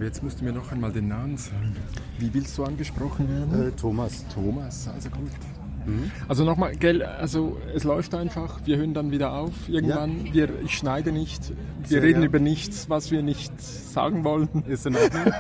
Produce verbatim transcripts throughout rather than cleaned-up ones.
Aber jetzt musst du mir noch einmal den Namen sagen. Wie willst du angesprochen werden? Äh, Thomas. Thomas, also kommt. Mhm. Also nochmal, gell, also es läuft einfach, wir hören dann wieder auf irgendwann, ja. wir, ich schneide nicht, wir Sehr reden gern. über nichts, was wir nicht sagen wollen. Ist in Ordnung.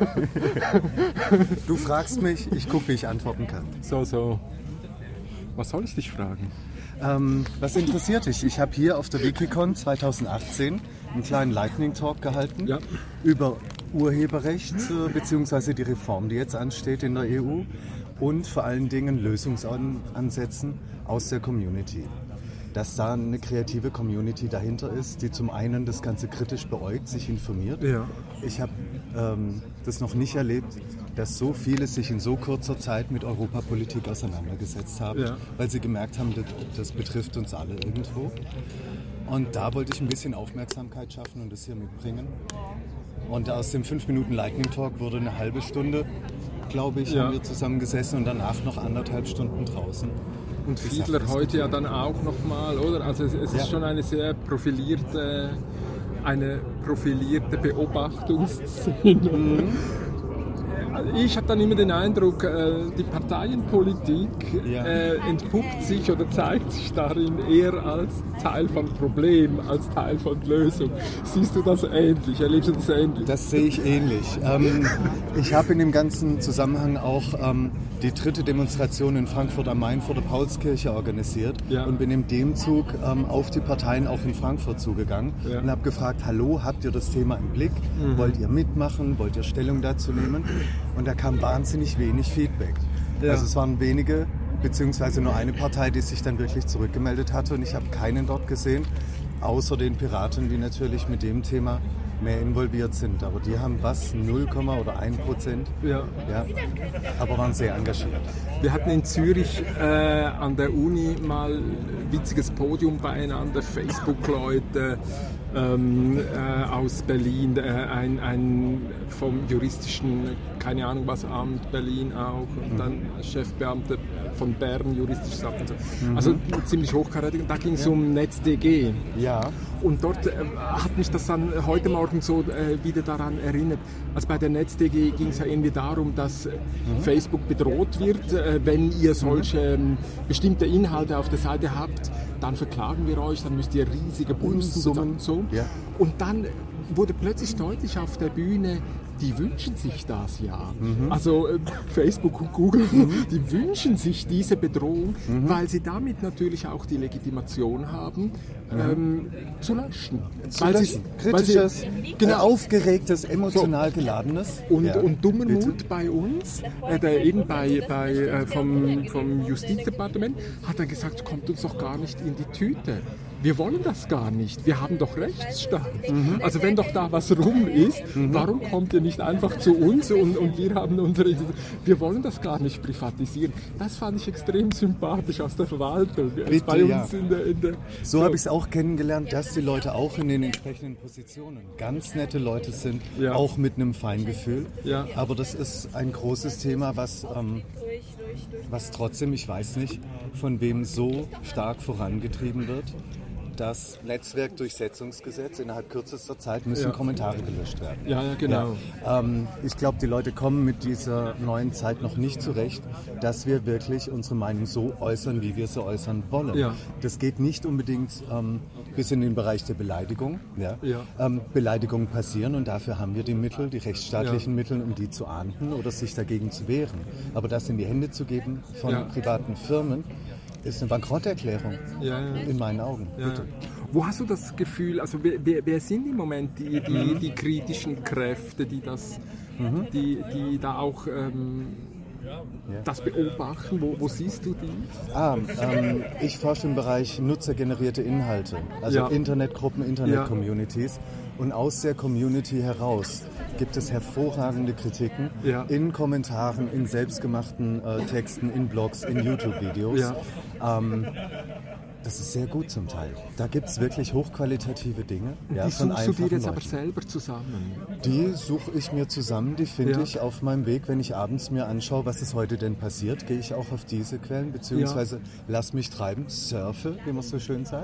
Du fragst mich, ich gucke, wie ich antworten kann. So, so. Was soll ich dich fragen? Ähm, was interessiert dich? Ich habe hier auf der Wikicon zwanzig achtzehn einen kleinen Lightning Talk gehalten ja. über Urheberrecht äh, bzw. die Reform, die jetzt ansteht in der E U. Und vor allen Dingen Lösungsansätzen aus der Community. Dass da eine kreative Community dahinter ist, die zum einen das Ganze kritisch beäugt, sich informiert. Ja. Ich habe ähm, das noch nicht erlebt, dass so viele sich in so kurzer Zeit mit Europapolitik auseinandergesetzt haben, ja. weil sie gemerkt haben, das, das betrifft uns alle irgendwo. Und da wollte ich ein bisschen Aufmerksamkeit schaffen und das hier mitbringen. Und aus dem fünf Minuten Lightning Talk wurde eine halbe Stunde, glaube ich, ja. haben wir zusammengesessen und danach noch anderthalb Stunden draußen. Und Fiedler heute ja dann auch nochmal, oder? Also es, es ja. ist schon eine sehr profilierte, eine profilierte Beobachtungsszene. Mhm. Ich habe dann immer den Eindruck, die Parteienpolitik ja. entpuppt sich oder zeigt sich darin eher als Teil von Problem, als Teil von Lösung. Siehst du das ähnlich? Erlebst du das ähnlich? Das sehe ich ähnlich. Ähm, ich habe in dem ganzen Zusammenhang auch ähm, die dritte Demonstration in Frankfurt am Main vor der Paulskirche organisiert ja. und bin in dem Zug ähm, auf die Parteien auch in Frankfurt zugegangen ja. und habe gefragt, hallo, habt ihr das Thema im Blick? Mhm. Wollt ihr mitmachen? Wollt ihr Stellung dazu nehmen? Und da kam wahnsinnig wenig Feedback. Ja. Also es waren wenige, beziehungsweise nur eine Partei, die sich dann wirklich zurückgemeldet hatte. Und ich habe keinen dort gesehen, außer den Piraten, die natürlich mit dem Thema mehr involviert sind. Aber die haben was, null oder ein Prozent. Ja. Ja. Aber waren sehr engagiert. Wir hatten in Zürich äh, an der Uni mal ein witziges Podium beieinander, Facebook-Leute, Ähm, äh, aus Berlin, äh, ein, ein vom juristischen, keine Ahnung was, Amt Berlin auch, und mhm. dann Chefbeamter von Bern, juristisches Amt und so. Mhm. Also ziemlich hochkarätig. Da ging es ja. um NetzDG. Ja. Und dort äh, hat mich das dann heute Morgen so äh, wieder daran erinnert. Also bei der NetzDG ging es ja irgendwie darum, dass mhm. Facebook bedroht wird, äh, wenn ihr solche mhm. bestimmte Inhalte auf der Seite habt, dann verklagen wir euch, dann müsst ihr riesige Bußsummen so. Ja. Und dann wurde plötzlich deutlich auf der Bühne, die wünschen sich das ja. Mhm. Also äh, Facebook und Google, mhm. die wünschen sich diese Bedrohung, mhm. weil sie damit natürlich auch die Legitimation haben, mhm. ähm, zu löschen. Zu weil löschen. Sie, Kritisches, weil sie, genau, aufgeregtes, emotional so. geladenes. Und, ja. und dummer Bitte. Mut bei uns, äh, der eben bei, bei, äh, vom, vom Justizdepartement, hat er gesagt, kommt uns doch gar nicht in die Tüte. Wir wollen das gar nicht. Wir haben doch Rechtsstaat. Mhm. Also wenn doch da was rum ist, mhm. warum kommt ihr nicht einfach zu uns und, und wir haben unsere... Wir wollen das gar nicht privatisieren. Das fand ich extrem sympathisch aus der Verwaltung. Bitte, bei uns ja. in der, in der, so so habe ich es auch kennengelernt, dass die Leute auch in den entsprechenden Positionen ganz nette Leute sind, ja. auch mit einem Feingefühl. Ja. Aber das ist ein großes Thema, was... Ähm, was trotzdem, ich weiß nicht, von wem so stark vorangetrieben wird. Das Netzwerkdurchsetzungsgesetz, innerhalb kürzester Zeit müssen ja. Kommentare gelöscht werden. Ja, ja genau. Ja, ähm, ich glaube, die Leute kommen mit dieser neuen Zeit noch nicht zurecht, dass wir wirklich unsere Meinung so äußern, wie wir sie äußern wollen. Ja. Das geht nicht unbedingt ähm, bis in den Bereich der Beleidigung. Ja? Ja. Ähm, Beleidigungen passieren und dafür haben wir die Mittel, die rechtsstaatlichen ja. Mittel, um die zu ahnden oder sich dagegen zu wehren. Aber das in die Hände zu geben von ja. privaten Firmen, ist eine Bankrotterklärung, ja, ja. in meinen Augen. Ja. Bitte. Wo hast du das Gefühl, also wer, wer, wer sind im Moment die, die, mhm. die kritischen Kräfte, die, das, mhm. die, die da auch ähm, ja. das beobachten? Wo, wo siehst du die? Ah, ähm, ich forsche im Bereich nutzergenerierte Inhalte, also ja. Internetgruppen, Internet-Communities. Ja. Und aus der Community heraus gibt es hervorragende Kritiken ja. in Kommentaren, in selbstgemachten äh, Texten, in Blogs, in YouTube-Videos. Ja. Ähm, das ist sehr gut zum Teil. Da gibt es wirklich hochqualitative Dinge. Ja, die suchst du dir jetzt Leuten. aber selber zusammen? Die suche ich mir zusammen, die finde ja. ich auf meinem Weg. Wenn ich abends mir anschaue, was ist heute denn passiert, gehe ich auch auf diese Quellen, beziehungsweise ja. lass mich treiben, surfe, wie man so schön sagt.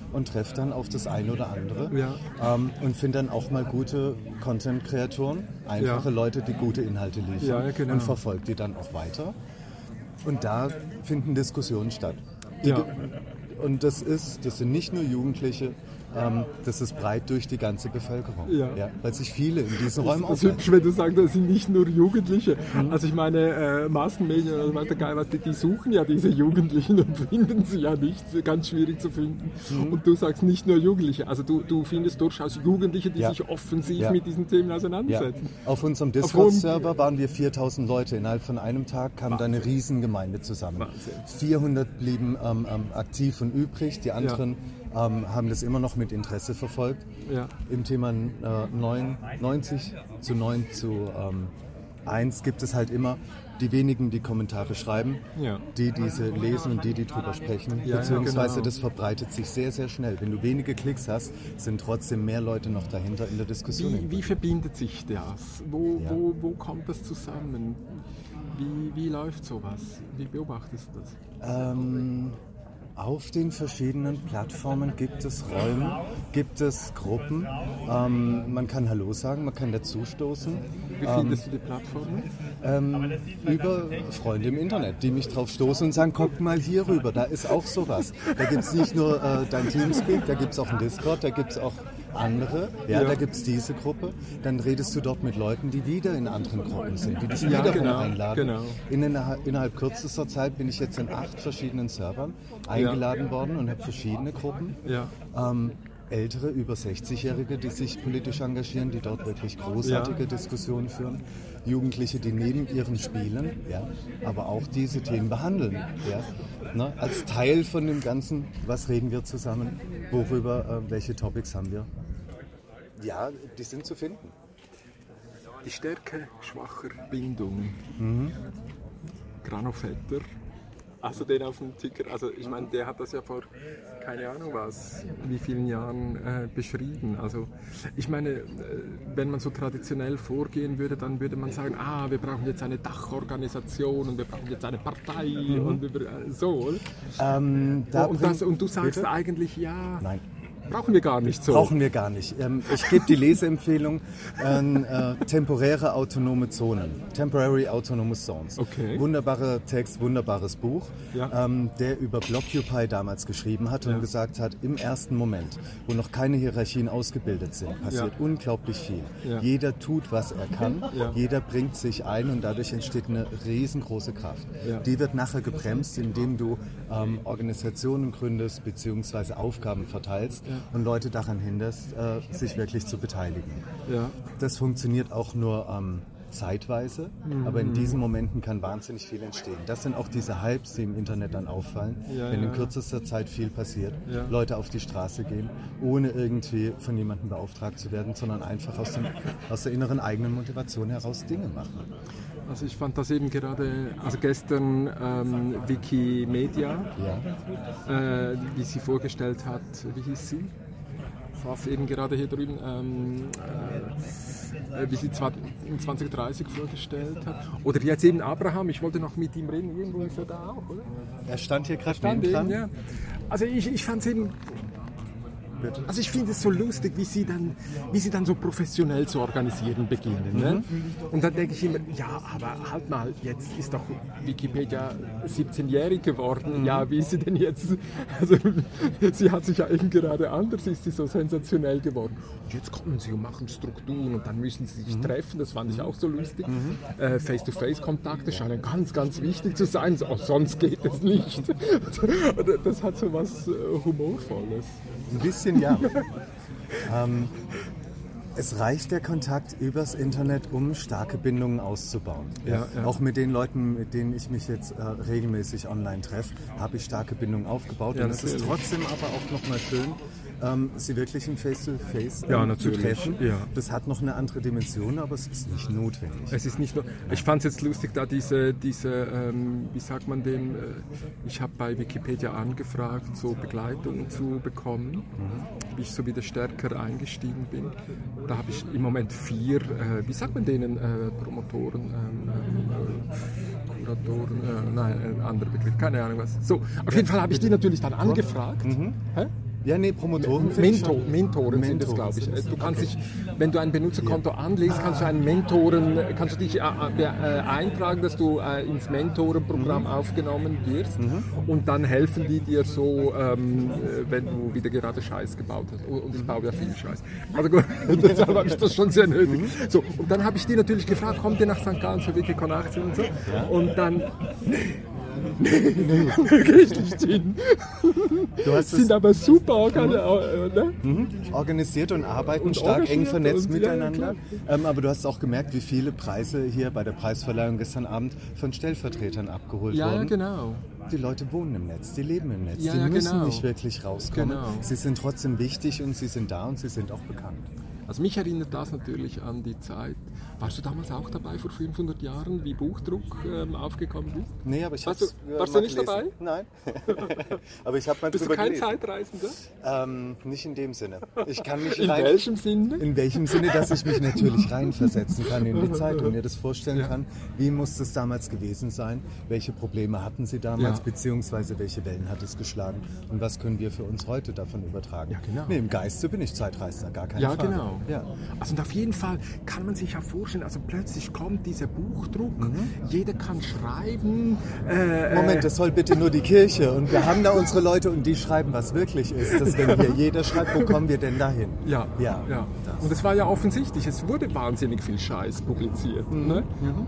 und treffe dann auf das eine oder andere ja. ähm, und finde dann auch mal gute Content-Kreatoren, einfache ja. Leute, die gute Inhalte liefern ja, genau. und verfolge die dann auch weiter. Und da finden Diskussionen statt. Die, ja. Und das ist, das sind nicht nur Jugendliche, ähm, das ist breit durch die ganze Bevölkerung, ja. Ja, weil sich viele in diesen Räumen aufhalten. Das ist hübsch, wenn du sagst, das sind nicht nur Jugendliche. Mhm. Also ich meine, äh, Massenmedien oder weiß der Geil was, die, die suchen ja diese Jugendlichen und finden sie ja nicht, ganz schwierig zu finden. Mhm. Und du sagst nicht nur Jugendliche, also du, du findest durchaus Jugendliche, die ja. sich offensiv ja. mit diesen Themen auseinandersetzen. Ja. Auf unserem Discord-Server waren wir viertausend Leute. Innerhalb von einem Tag kam Wahnsinn. Da eine Riesengemeinde zusammen. Wahnsinn. vierhundert blieben ähm, ähm, aktiv und übrig, die anderen ja. ähm, haben das immer noch mit Interesse verfolgt. Ja. Im Thema äh, neunzig zu neun zu eins gibt es halt immer die wenigen, die Kommentare schreiben, ja. die diese lesen und die, die drüber sprechen. Ja, beziehungsweise ja, genau. das verbreitet sich sehr, sehr schnell. Wenn du wenige Klicks hast, sind trotzdem mehr Leute noch dahinter in der Diskussion. Wie, wie verbindet sich das? Wo, ja. wo, wo kommt das zusammen? Wie, wie läuft sowas? Wie beobachtest du das? Ähm, Auf den verschiedenen Plattformen gibt es Räume, gibt es Gruppen. Ähm, man kann Hallo sagen, man kann dazustoßen. Wie findest ähm, du die Plattformen? Ähm, über Freunde im Internet, die mich drauf stoßen und sagen, guck mal hier rüber, da ist auch sowas. Da gibt es nicht nur äh, dein Teamspeak, da gibt es auch einen Discord, da gibt es auch andere, ja, ja. da gibt es diese Gruppe. Dann redest du dort mit Leuten, die wieder in anderen Gruppen sind, die dich ja, wiederum genau, einladen. Genau. In, innerhalb kürzester Zeit bin ich jetzt in acht verschiedenen Servern eingeladen ja. worden und habe verschiedene Gruppen. Ja. Ähm, Ältere, über sechzigjährige, die sich politisch engagieren, die dort wirklich großartige ja. Diskussionen führen. Jugendliche, die neben ihren Spielen, ja, aber auch diese Themen behandeln. Ja, ne, als Teil von dem Ganzen, was reden wir zusammen, worüber, äh, welche Topics haben wir? Ja, die sind zu finden. Die Stärke schwacher Bindung. Mhm. Granovetter. Also den auf dem Ticker, also ich meine, der hat das ja vor, keine Ahnung was, wie vielen Jahren äh, beschrieben. Also ich meine, äh, wenn man so traditionell vorgehen würde, dann würde man sagen, ah, wir brauchen jetzt eine Dachorganisation und wir brauchen jetzt eine Partei mhm. und wir, äh, so. Ähm, da und, das, und du sagst bitte? Eigentlich, ja... Nein. Brauchen wir gar nicht so. Brauchen wir gar nicht. Ich gebe die Leseempfehlung an äh, temporäre autonome Zonen. Temporary Autonomous Zones. Okay. Wunderbarer Text, wunderbares Buch, ja. ähm, der über Blockupy damals geschrieben hat und ja. gesagt hat, im ersten Moment, wo noch keine Hierarchien ausgebildet sind, passiert ja. unglaublich viel. Ja. Jeder tut, was er kann, ja. jeder bringt sich ein und dadurch entsteht eine riesengroße Kraft. Ja. Die wird nachher gebremst, indem du ähm, Organisationen gründest bzw. Aufgaben verteilst. Ja. Und Leute daran hinderst, äh, sich wirklich zu beteiligen. Ja. Das funktioniert auch nur ähm, zeitweise, mhm. aber in diesen Momenten kann wahnsinnig viel entstehen. Das sind auch diese Hypes, die im Internet dann auffallen, ja, wenn ja. in kürzester Zeit viel passiert, ja. Leute auf die Straße gehen, ohne irgendwie von jemandem beauftragt zu werden, sondern einfach aus, dem, aus der inneren eigenen Motivation heraus Dinge machen. Also ich fand das eben gerade, also gestern ähm, Wikimedia, ja. äh, wie sie vorgestellt hat, wie hieß sie? Saß eben gerade hier drüben, ähm, äh, wie sie zwanzig dreißig vorgestellt hat. Oder jetzt eben Abraham, ich wollte noch mit ihm reden, irgendwo ist er da auch, oder? Er stand hier gerade neben dran. Ja. Also ich, ich fand es eben... Bitte? Also ich finde es so lustig, wie sie dann, wie sie dann so professionell zu organisieren beginnen. Mhm. Ne? Und dann denke ich immer, ja, aber halt mal, jetzt ist doch Wikipedia siebzehnjährig geworden. Mhm. Ja, wie ist sie denn jetzt? Also sie hat sich ja eben gerade anders, ist sie so sensationell geworden. Und jetzt kommen sie und machen Strukturen und dann müssen sie sich mhm. treffen. Das fand ich auch so lustig. Mhm. Äh, Face-to-Face-Kontakte scheinen ganz, ganz wichtig zu sein. So, sonst geht es nicht. Das hat so was äh, Humorvolles. Ein bisschen ja. ähm, es reicht der Kontakt übers Internet, um starke Bindungen auszubauen. Ja, ja. Auch mit den Leuten, mit denen ich mich jetzt äh, regelmäßig online treffe, habe ich starke Bindungen aufgebaut. Ja, und es ist trotzdem aber auch nochmal schön, ähm, sie wirklich im Face-to-Face ähm, ja, zu treffen. Ja. Das hat noch eine andere Dimension, aber es ist nicht notwendig. Es ist nicht nur. Ich fand es jetzt lustig, da diese, diese ähm, wie sagt man dem, äh, ich habe bei Wikipedia angefragt, so Begleitung zu bekommen, mhm. wie ich so wieder stärker eingestiegen bin. Da habe ich im Moment vier, äh, wie sagt man denen, äh, Promotoren, ähm, äh, Kuratoren, äh, nein, ein anderer Begriff, keine Ahnung was. So, auf jeden Fall habe ich die natürlich dann angefragt. Mhm. Hä? Ja, nee, Promotoren sind Mentor, Mentoren sind es, glaube ich. Du kannst dich, wenn du ein Benutzerkonto anlegst, kannst du einen Mentoren, kannst du dich äh, äh, eintragen, dass du äh, ins Mentorenprogramm mhm. aufgenommen wirst mhm. und dann helfen die dir so, ähm, wenn du wieder gerade Scheiß gebaut hast. Und ich baue ja viel Scheiß. Also gut, deshalb habe ich das schon sehr nötig. So, und dann habe ich die natürlich gefragt, kommt ihr nach Sankt Gallen zur Wikicon achtzehn und so? Ja. Und dann... Nee, nee, da gehe ich nicht hin. Du hast sind aber super organisiert, ne? mhm. organisiert und arbeiten und stark eng vernetzt und, miteinander. Ja, ähm, aber du hast auch gemerkt, wie viele Preise hier bei der Preisverleihung gestern Abend von Stellvertretern abgeholt ja, wurden. Ja, genau. Die Leute wohnen im Netz, die leben im Netz, ja, die ja, müssen genau. nicht wirklich rauskommen. Genau. Sie sind trotzdem wichtig und sie sind da und sie sind auch bekannt. Also mich erinnert das natürlich an die Zeit. Warst du damals auch dabei vor fünfhundert Jahren, wie Buchdruck ähm, aufgekommen ist? Nee, aber ich warst du, äh, warst du nicht gelesen. dabei? Nein. Aber ich habe mal Bist drüber du kein gelesen. Zeitreisender? Ähm, nicht in dem Sinne. Ich kann mich in rein, welchem Sinne? In welchem Sinne, dass ich mich natürlich reinversetzen kann in die Zeit und mir das vorstellen ja. kann, wie muss das damals gewesen sein, welche Probleme hatten sie damals, ja. beziehungsweise welche Wellen hat es geschlagen und was können wir für uns heute davon übertragen. Ja, genau. Nee, im Geiste bin ich Zeitreisender, gar keine ja, Frage. Genau. Ja, genau. Also und auf jeden Fall kann man sich ja vorstellen, also plötzlich kommt dieser Buchdruck, mhm. jeder kann schreiben. Äh, Moment, das soll bitte nur die Kirche und wir haben da unsere Leute und die schreiben, was wirklich ist. Dass wenn hier jeder schreibt, wo kommen wir denn dahin? Ja, ja. ja. Und es war ja offensichtlich, es wurde wahnsinnig viel Scheiß publiziert. Mhm. Ne? Mhm.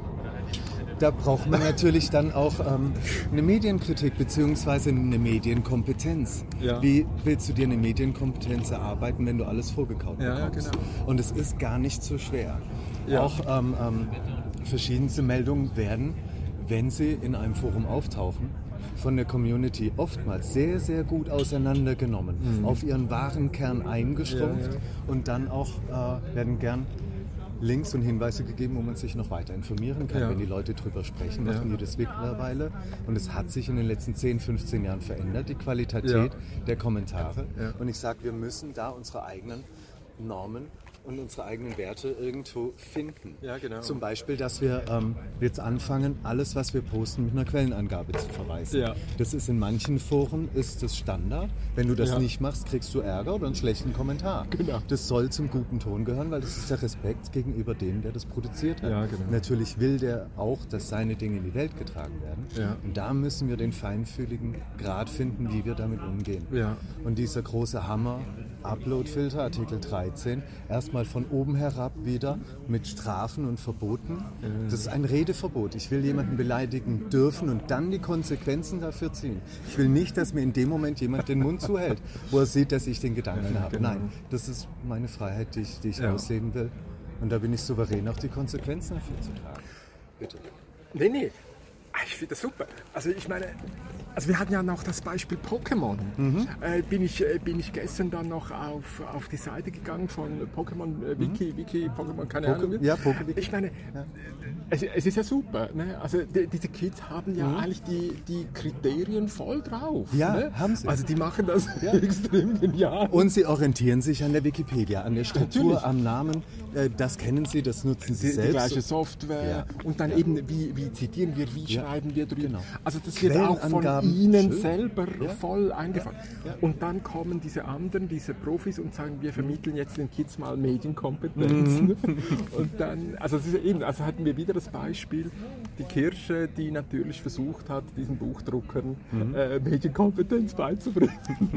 Da braucht man natürlich dann auch ähm, eine Medienkritik bzw. eine Medienkompetenz. Ja. Wie willst du dir eine Medienkompetenz erarbeiten, wenn du alles vorgekaut bekommst? Ja, ja, genau. Und es ist gar nicht so schwer. Ja. Auch ähm, ähm, verschiedenste Meldungen werden, wenn sie in einem Forum auftauchen, von der Community oftmals sehr, sehr gut auseinandergenommen, mhm. auf ihren wahren Kern eingeschrumpft ja, ja. und dann auch äh, werden gern Links und Hinweise gegeben, wo man sich noch weiter informieren kann, ja. wenn die Leute drüber sprechen, machen ja. die das mittlerweile. Und es hat sich in den letzten zehn, fünfzehn Jahren verändert, die Qualität ja. der Kommentare. Ja. Und ich sage, wir müssen da unsere eigenen Normen und unsere eigenen Werte irgendwo finden. Ja, genau. Zum Beispiel, dass wir ähm, jetzt anfangen, alles, was wir posten, mit einer Quellenangabe zu verweisen. Ja. Das ist in manchen Foren ist das Standard. Wenn du das ja. nicht machst, kriegst du Ärger oder einen schlechten Kommentar. Genau. Das soll zum guten Ton gehören, weil das ist der Respekt gegenüber dem, der das produziert hat. Ja, genau. Natürlich will der auch, dass seine Dinge in die Welt getragen werden. Ja. Und da müssen wir den feinfühligen Grad finden, wie wir damit umgehen. Ja. Und dieser große Hammer, Upload-Filter, Artikel dreizehn, erstmal von oben herab wieder mit Strafen und Verboten. Das ist ein Redeverbot. Ich will jemanden beleidigen dürfen und dann die Konsequenzen dafür ziehen. Ich will nicht, dass mir in dem Moment jemand den Mund zuhält, wo er sieht, dass ich den Gedanken habe. Genau. Nein, das ist meine Freiheit, die ich, die ich ja. ausleben will. Und da bin ich souverän, auch die Konsequenzen dafür zu tragen. Bitte. Nee, nee. Ich finde das super. Also ich meine, also wir hatten ja noch das Beispiel Pokémon. Mhm. Äh, bin, ich, äh, bin ich gestern dann noch auf, auf die Seite gegangen von Pokémon äh, Wiki, mhm. Wiki, Pokémon, keine Poke, Ahnung. Ja, Pokéwiki. Ich meine, ja. es, es ist ja super. Ne? Also die, diese Kids haben ja mhm. eigentlich die, die Kriterien voll drauf. Ja, ne? haben sie. Also die machen das ja. extrem genial. Und sie orientieren sich an der Wikipedia, an der Struktur, Natürlich. am Namen. Äh, das kennen sie, das nutzen sie die, selbst. Die gleiche Software. Ja. Und dann ja. eben, wie, wie zitieren wir, wie ja. schreiben wir drüber. Genau. Also das wird auch von Ihnen Schön. selber ja. voll eingefangen. Ja. Ja. Und dann kommen diese anderen, diese Profis und sagen, wir vermitteln jetzt den Kids mal Medienkompetenz. Mhm. Und dann, also, das ist eben, also hatten wir wieder das Beispiel, die Kirche, die natürlich versucht hat, diesen Buchdruckern mhm. äh, Medienkompetenz beizubringen.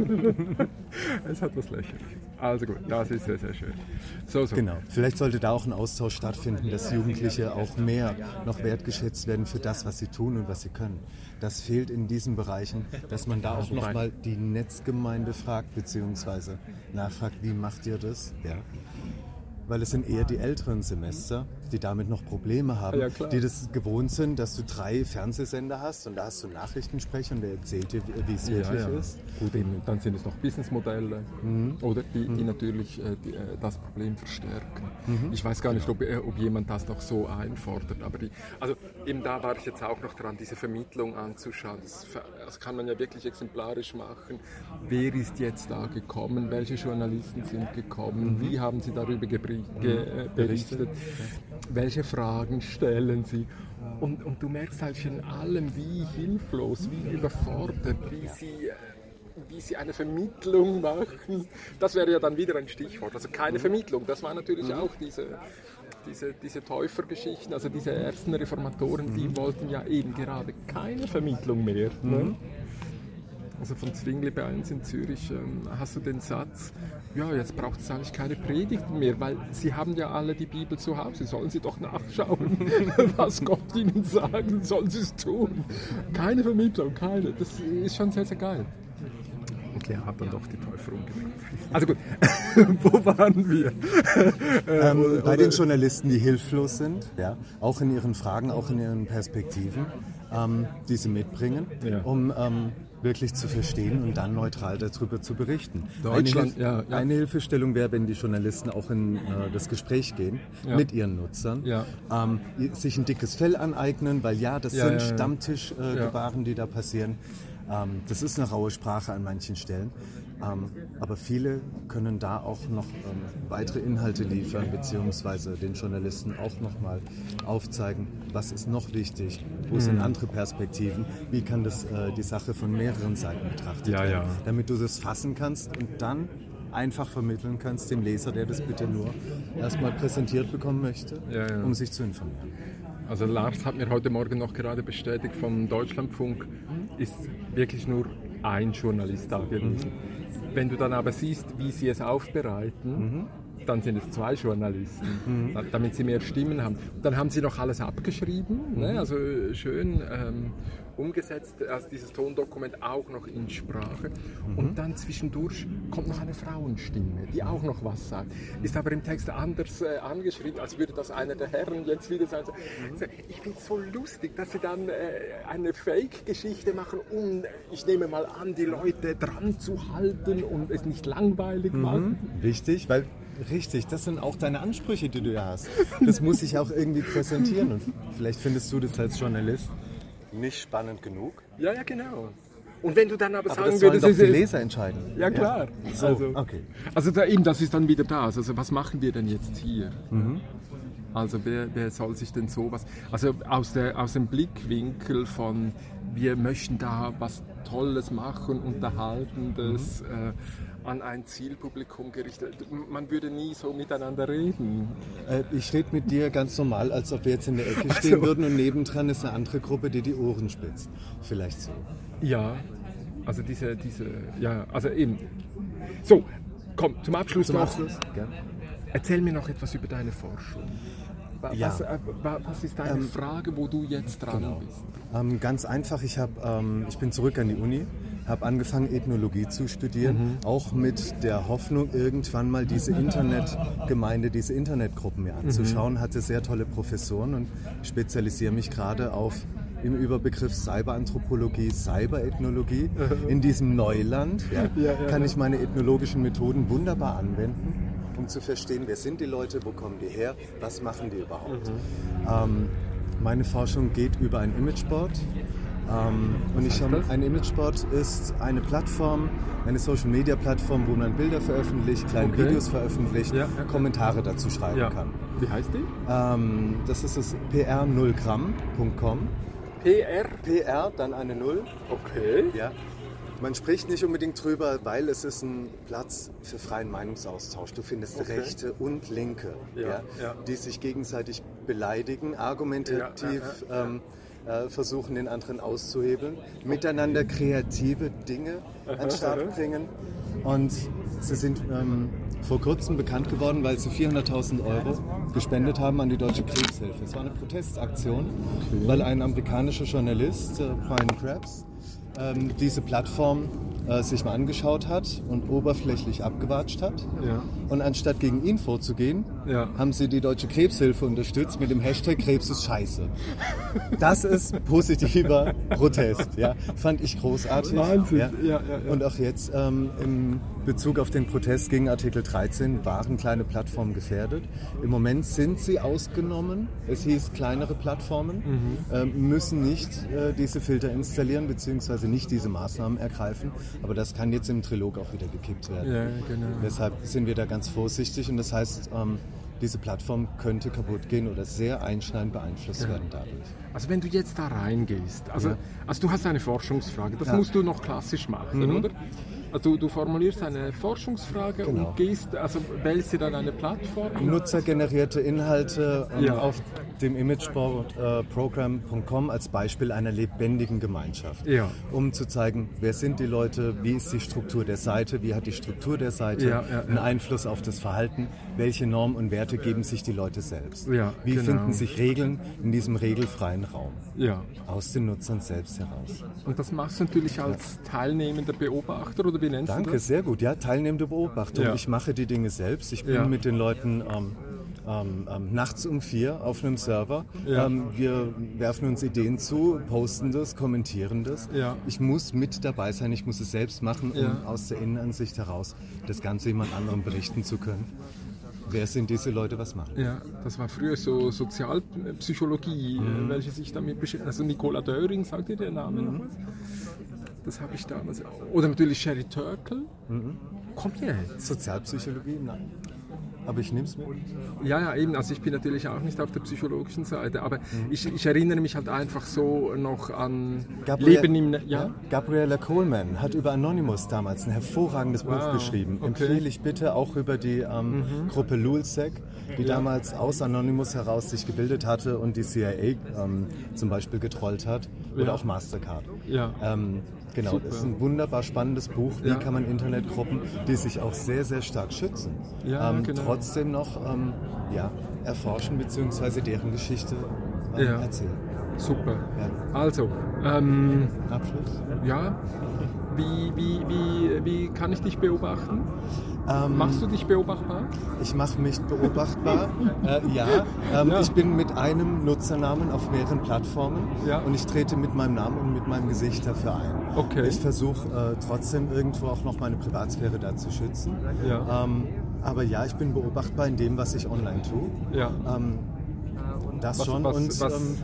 Es hat was Lächerliches. Also gut, das ist sehr, sehr schön. So, so. Genau. Vielleicht sollte da auch ein Austausch stattfinden, dass Jugendliche auch mehr noch wertgeschätzt werden für das, was sie tun und was sie können. Das fehlt in diesen Bereichen, dass man da auch nochmal die Netzgemeinde fragt, beziehungsweise nachfragt, wie macht ihr das? Ja. Weil es sind eher die älteren Semester, die damit noch Probleme haben, ja, die das gewohnt sind, dass du drei Fernsehsender hast und da hast du Nachrichtensprecher und der erzählt dir, wie es ja, wirklich ja. ist. Gut, eben, dann sind es noch Businessmodelle, mhm. oder die, die mhm. natürlich äh, die, äh, das Problem verstärken. Mhm. Ich weiß gar nicht, ob, äh, ob jemand das noch so einfordert, aber die, also eben da war ich jetzt auch noch dran, diese Vermittlung anzuschauen. Das, das kann man ja wirklich exemplarisch machen. Wer ist jetzt da gekommen? Welche Journalisten sind gekommen? Mhm. Wie haben sie darüber gebrieft? Ge, äh, berichtet, welche Fragen stellen sie und, und du merkst halt in allem, wie hilflos, wie überfordert, wie sie, wie sie eine Vermittlung machen. Das wäre ja dann wieder ein Stichwort. Also keine Vermittlung. Das war natürlich auch diese, diese, diese Täufergeschichten, also diese ersten Reformatoren, die wollten ja eben gerade keine Vermittlung mehr. Ne? Also von Zwingli bei uns in Zürich ähm, hast du den Satz, ja, jetzt braucht es eigentlich keine Predigten mehr, weil sie haben ja alle die Bibel zu Hause, sollen sie doch nachschauen, was Gott ihnen sagt, sollen sie es tun. Keine Vermittlung, keine. Das ist schon sehr, sehr geil. Okay, hat dann doch die Täufer umgebracht. Also gut, wo waren wir? ähm, bei den Journalisten, die hilflos sind, ja, auch in ihren Fragen, auch in ihren Perspektiven, ähm, die sie mitbringen, ja. um ähm, wirklich zu verstehen und dann neutral darüber zu berichten. Deutschland, eine, Hilf- ja, ja. eine Hilfestellung wäre, wenn die Journalisten auch in äh, das Gespräch gehen ja. mit ihren Nutzern, ja. ähm, sich ein dickes Fell aneignen, weil ja, das ja, sind ja, ja. Stammtischgebaren, äh, die da passieren. Ähm, das ist eine raue Sprache an manchen Stellen. Ähm, aber viele können da auch noch ähm, weitere Inhalte liefern, beziehungsweise den Journalisten auch nochmal aufzeigen, was ist noch wichtig, wo mhm. sind andere Perspektiven, wie kann das äh, die Sache von mehreren Seiten betrachtet ja, werden, ja. damit du das fassen kannst und dann einfach vermitteln kannst dem Leser, der das bitte nur erstmal präsentiert bekommen möchte, ja, ja. um sich zu informieren. Also Lars hat mir heute Morgen noch gerade bestätigt, vom Deutschlandfunk ist wirklich nur ein Journalist da gewesen. Mhm. Wenn du dann aber siehst, wie sie es aufbereiten, mhm. dann sind es zwei Journalisten, mhm. damit sie mehr Stimmen haben. Dann haben sie noch alles abgeschrieben, mhm. ne? Also schön ähm, umgesetzt, also dieses Tondokument auch noch in Sprache. Mhm. Und dann zwischendurch kommt noch eine Frauenstimme, die auch noch was sagt. Ist aber im Text anders äh, angeschrieben, als würde das einer der Herren jetzt wieder sagen. Mhm. Ich finde es so lustig, dass sie dann äh, eine Fake-Geschichte machen, um, ich nehme mal an, die Leute dran zu halten und es nicht langweilig mhm. machen. Richtig, weil Richtig, das sind auch deine Ansprüche, die du ja hast. Das muss ich auch irgendwie präsentieren und vielleicht findest du das als Journalist nicht spannend genug. Ja, ja, genau. Und wenn du dann aber, aber sagen das würdest... sollen doch die Leser entscheiden. Ja, klar. Ja. So, also, okay. Also da, eben, das ist dann wieder das. Also was machen wir denn jetzt hier? Mhm. Also wer, wer soll sich denn sowas... Also aus, der, aus dem Blickwinkel von, wir möchten da was Tolles machen, Unterhaltendes, mhm. äh, an ein Zielpublikum gerichtet. Man würde nie so miteinander reden. Äh, ich rede mit dir ganz normal, als ob wir jetzt in der Ecke stehen also. würden und nebendran ist eine andere Gruppe, die die Ohren spitzt. Vielleicht so. Ja, also diese, diese, ja, also eben. So, komm, zum Abschluss zum noch. Abschluss? Ja. Erzähl mir noch etwas über deine Forschung. Was, ja. äh, was ist deine ähm, Frage, wo du jetzt dran genau. bist? Ähm, ganz einfach, ich, hab, ähm, ich bin zurück an die Uni, habe angefangen Ethnologie zu studieren, mhm. auch mit der Hoffnung, irgendwann mal diese Internetgemeinde, diese Internetgruppen mir anzuschauen, mhm. hatte sehr tolle Professoren und spezialisiere mich gerade auf im Überbegriff Cyberanthropologie, Cyberethnologie. Mhm. In diesem Neuland ja, ja, ja, kann ich meine ethnologischen Methoden wunderbar anwenden, um zu verstehen, wer sind die Leute, wo kommen die her, was machen die überhaupt. Mhm. Ähm, meine Forschung geht über ein Imageboard. Ähm, und ich habe, ein Imageboard ist eine Plattform, eine Social-Media-Plattform, wo man Bilder veröffentlicht, kleine okay. Videos veröffentlicht, ja, ja. Kommentare dazu schreiben ja. kann. Wie heißt die? Ähm, das ist das p r null gramm punkt com. P R? P R, dann eine Null. Okay. Ja. Man spricht nicht unbedingt drüber, weil es ist ein Platz für freien Meinungsaustausch. Du findest okay. Rechte und Linke, ja, ja, ja. die sich gegenseitig beleidigen, argumentativ ja, ja, ja, ähm, äh, versuchen, den anderen auszuhebeln, okay. miteinander kreative Dinge an den Start bringen. Und sie sind ähm, vor kurzem bekannt geworden, weil sie vierhunderttausend Euro gespendet haben an die Deutsche Krebshilfe. Es war eine Protestaktion, okay. weil ein amerikanischer Journalist, äh, Brian Krebs, ähm, diese Plattform äh, sich mal angeschaut hat und oberflächlich abgewatscht hat. Ja. Und anstatt gegen ihn vorzugehen, ja. haben sie die Deutsche Krebshilfe unterstützt mit dem Hashtag Krebs ist scheiße. Das ist positiver Protest. Ja. Fand ich großartig. Wahnsinn. Ja. Ja, ja, ja. Und auch jetzt ähm, im Bezug auf den Protest gegen Artikel dreizehn waren kleine Plattformen gefährdet. Im Moment sind sie ausgenommen. Es hieß, kleinere Plattformen mhm. ähm, müssen nicht äh, diese Filter installieren bzw. nicht diese Maßnahmen ergreifen. Aber das kann jetzt im Trilog auch wieder gekippt werden. Ja, genau. Deshalb sind wir da ganz vorsichtig und das heißt, ähm, diese Plattform könnte kaputt gehen oder sehr einschneidend beeinflusst ja. werden dadurch. Also wenn du jetzt da reingehst, also, ja. also du hast eine Forschungsfrage, das ja. musst du noch klassisch machen, mhm. oder? Also du, du formulierst eine Forschungsfrage genau. und gehst, also wählst dir dann eine Plattform. Nutzergenerierte Inhalte ähm, ja. auf dem imageboard program punkt com als Beispiel einer lebendigen Gemeinschaft. Ja. Um zu zeigen, wer sind die Leute, wie ist die Struktur der Seite, wie hat die Struktur der Seite ja, ja, einen ja. Einfluss auf das Verhalten, welche Normen und Werte geben sich die Leute selbst. Ja, wie genau. finden sich Regeln in diesem regelfreien Raum. Ja. Aus den Nutzern selbst heraus. Und das machst du natürlich als ja. teilnehmender Beobachter oder wie nennst Danke, du das? sehr gut. Ja, teilnehmende Beobachtung. Ja. Ich mache die Dinge selbst. Ich bin ja. mit den Leuten ähm, ähm, ähm, nachts um vier auf einem Server. Ja. Ähm, wir werfen uns Ideen zu, posten das, kommentieren das. Ja. Ich muss mit dabei sein, ich muss es selbst machen, um ja. aus der Innenansicht heraus das Ganze jemand anderem berichten zu können. Wer sind diese Leute, was machen? Ja, das war früher so Sozialpsychologie, mhm. welche sich damit beschäftigt. Also Nicola Döring, sagt ihr der Name noch was? Das habe ich damals. Oder natürlich Sherry Turkle. Mhm. Kommt ihr jetzt? Sozialpsychologie? Nein. Aber ich nehme es mit. Ja, ja, eben. Also ich bin natürlich auch nicht auf der psychologischen Seite, aber mhm. ich, ich erinnere mich halt einfach so noch an Gabriel, Leben im... Ne- ja? ja? Gabriella Coleman hat über Anonymous damals ein hervorragendes wow. Buch geschrieben. Okay. Empfehle ich bitte auch über die ähm, mhm. Gruppe Lulzsec, die ja. damals aus Anonymous heraus sich gebildet hatte und die C I A ähm, zum Beispiel getrollt hat. Oder ja. auch Mastercard. Ja. Ähm, Genau, Super. das ist ein wunderbar spannendes Buch. Wie ja. kann man Internetgruppen, die sich auch sehr, sehr stark schützen, ja, ähm, genau. trotzdem noch ähm, ja, erforschen bzw. deren Geschichte ähm, ja. erzählen. Super. Ja. Also, ähm, Abschluss? Ja. Wie, wie, wie, wie kann ich dich beobachten? Ähm, Machst du dich beobachtbar? Ich mache mich beobachtbar, äh, ja. Ähm, ja. Ich bin mit einem Nutzernamen auf mehreren Plattformen ja. und ich trete mit meinem Namen und mit meinem Gesicht dafür ein. Okay. Ich versuche äh, trotzdem irgendwo auch noch meine Privatsphäre da zu schützen. Ja. Ähm, aber ja, ich bin beobachtbar in dem, was ich online tue. Ja. Ähm, das was, schon was, und was, ähm,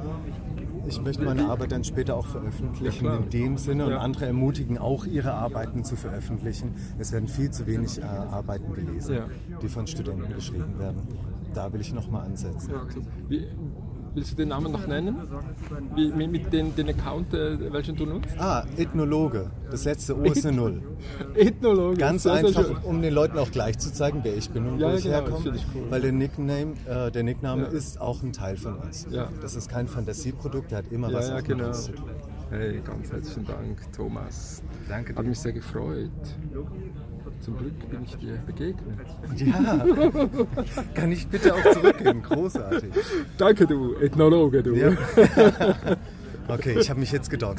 ich möchte meine Arbeit dann später auch veröffentlichen ja, in dem Sinne und ja. andere ermutigen, auch ihre Arbeiten zu veröffentlichen. Es werden viel zu wenig äh, Arbeiten gelesen, ja. die von Studenten geschrieben werden. Da will ich nochmal ansetzen. Ja, okay. Wie, willst du den Namen noch nennen? Wie, mit mit den, den Account, äh, welchen du nutzt? Ah, Ethnologe. Das letzte O ist eine Null. Ethnologe. Ganz sehr, einfach, sehr um den Leuten auch gleich zu zeigen, wer ich bin und ja, wo ich genau, herkomme. Ich cool. Weil der Nickname, äh, der Nickname ja. ist auch ein Teil von uns. Ja. Das ist kein Fantasieprodukt, der hat immer ja, was ja, mit genau. uns zu tun. Hey, ganz herzlichen Dank, Thomas. Danke dir. Hat mich sehr gefreut. Zum Glück bin ich dir begegnet. Ja, kann ich bitte auch zurückgeben. Großartig. Danke, du Ethnologe, du. Ja. Okay, ich habe mich jetzt gedockt.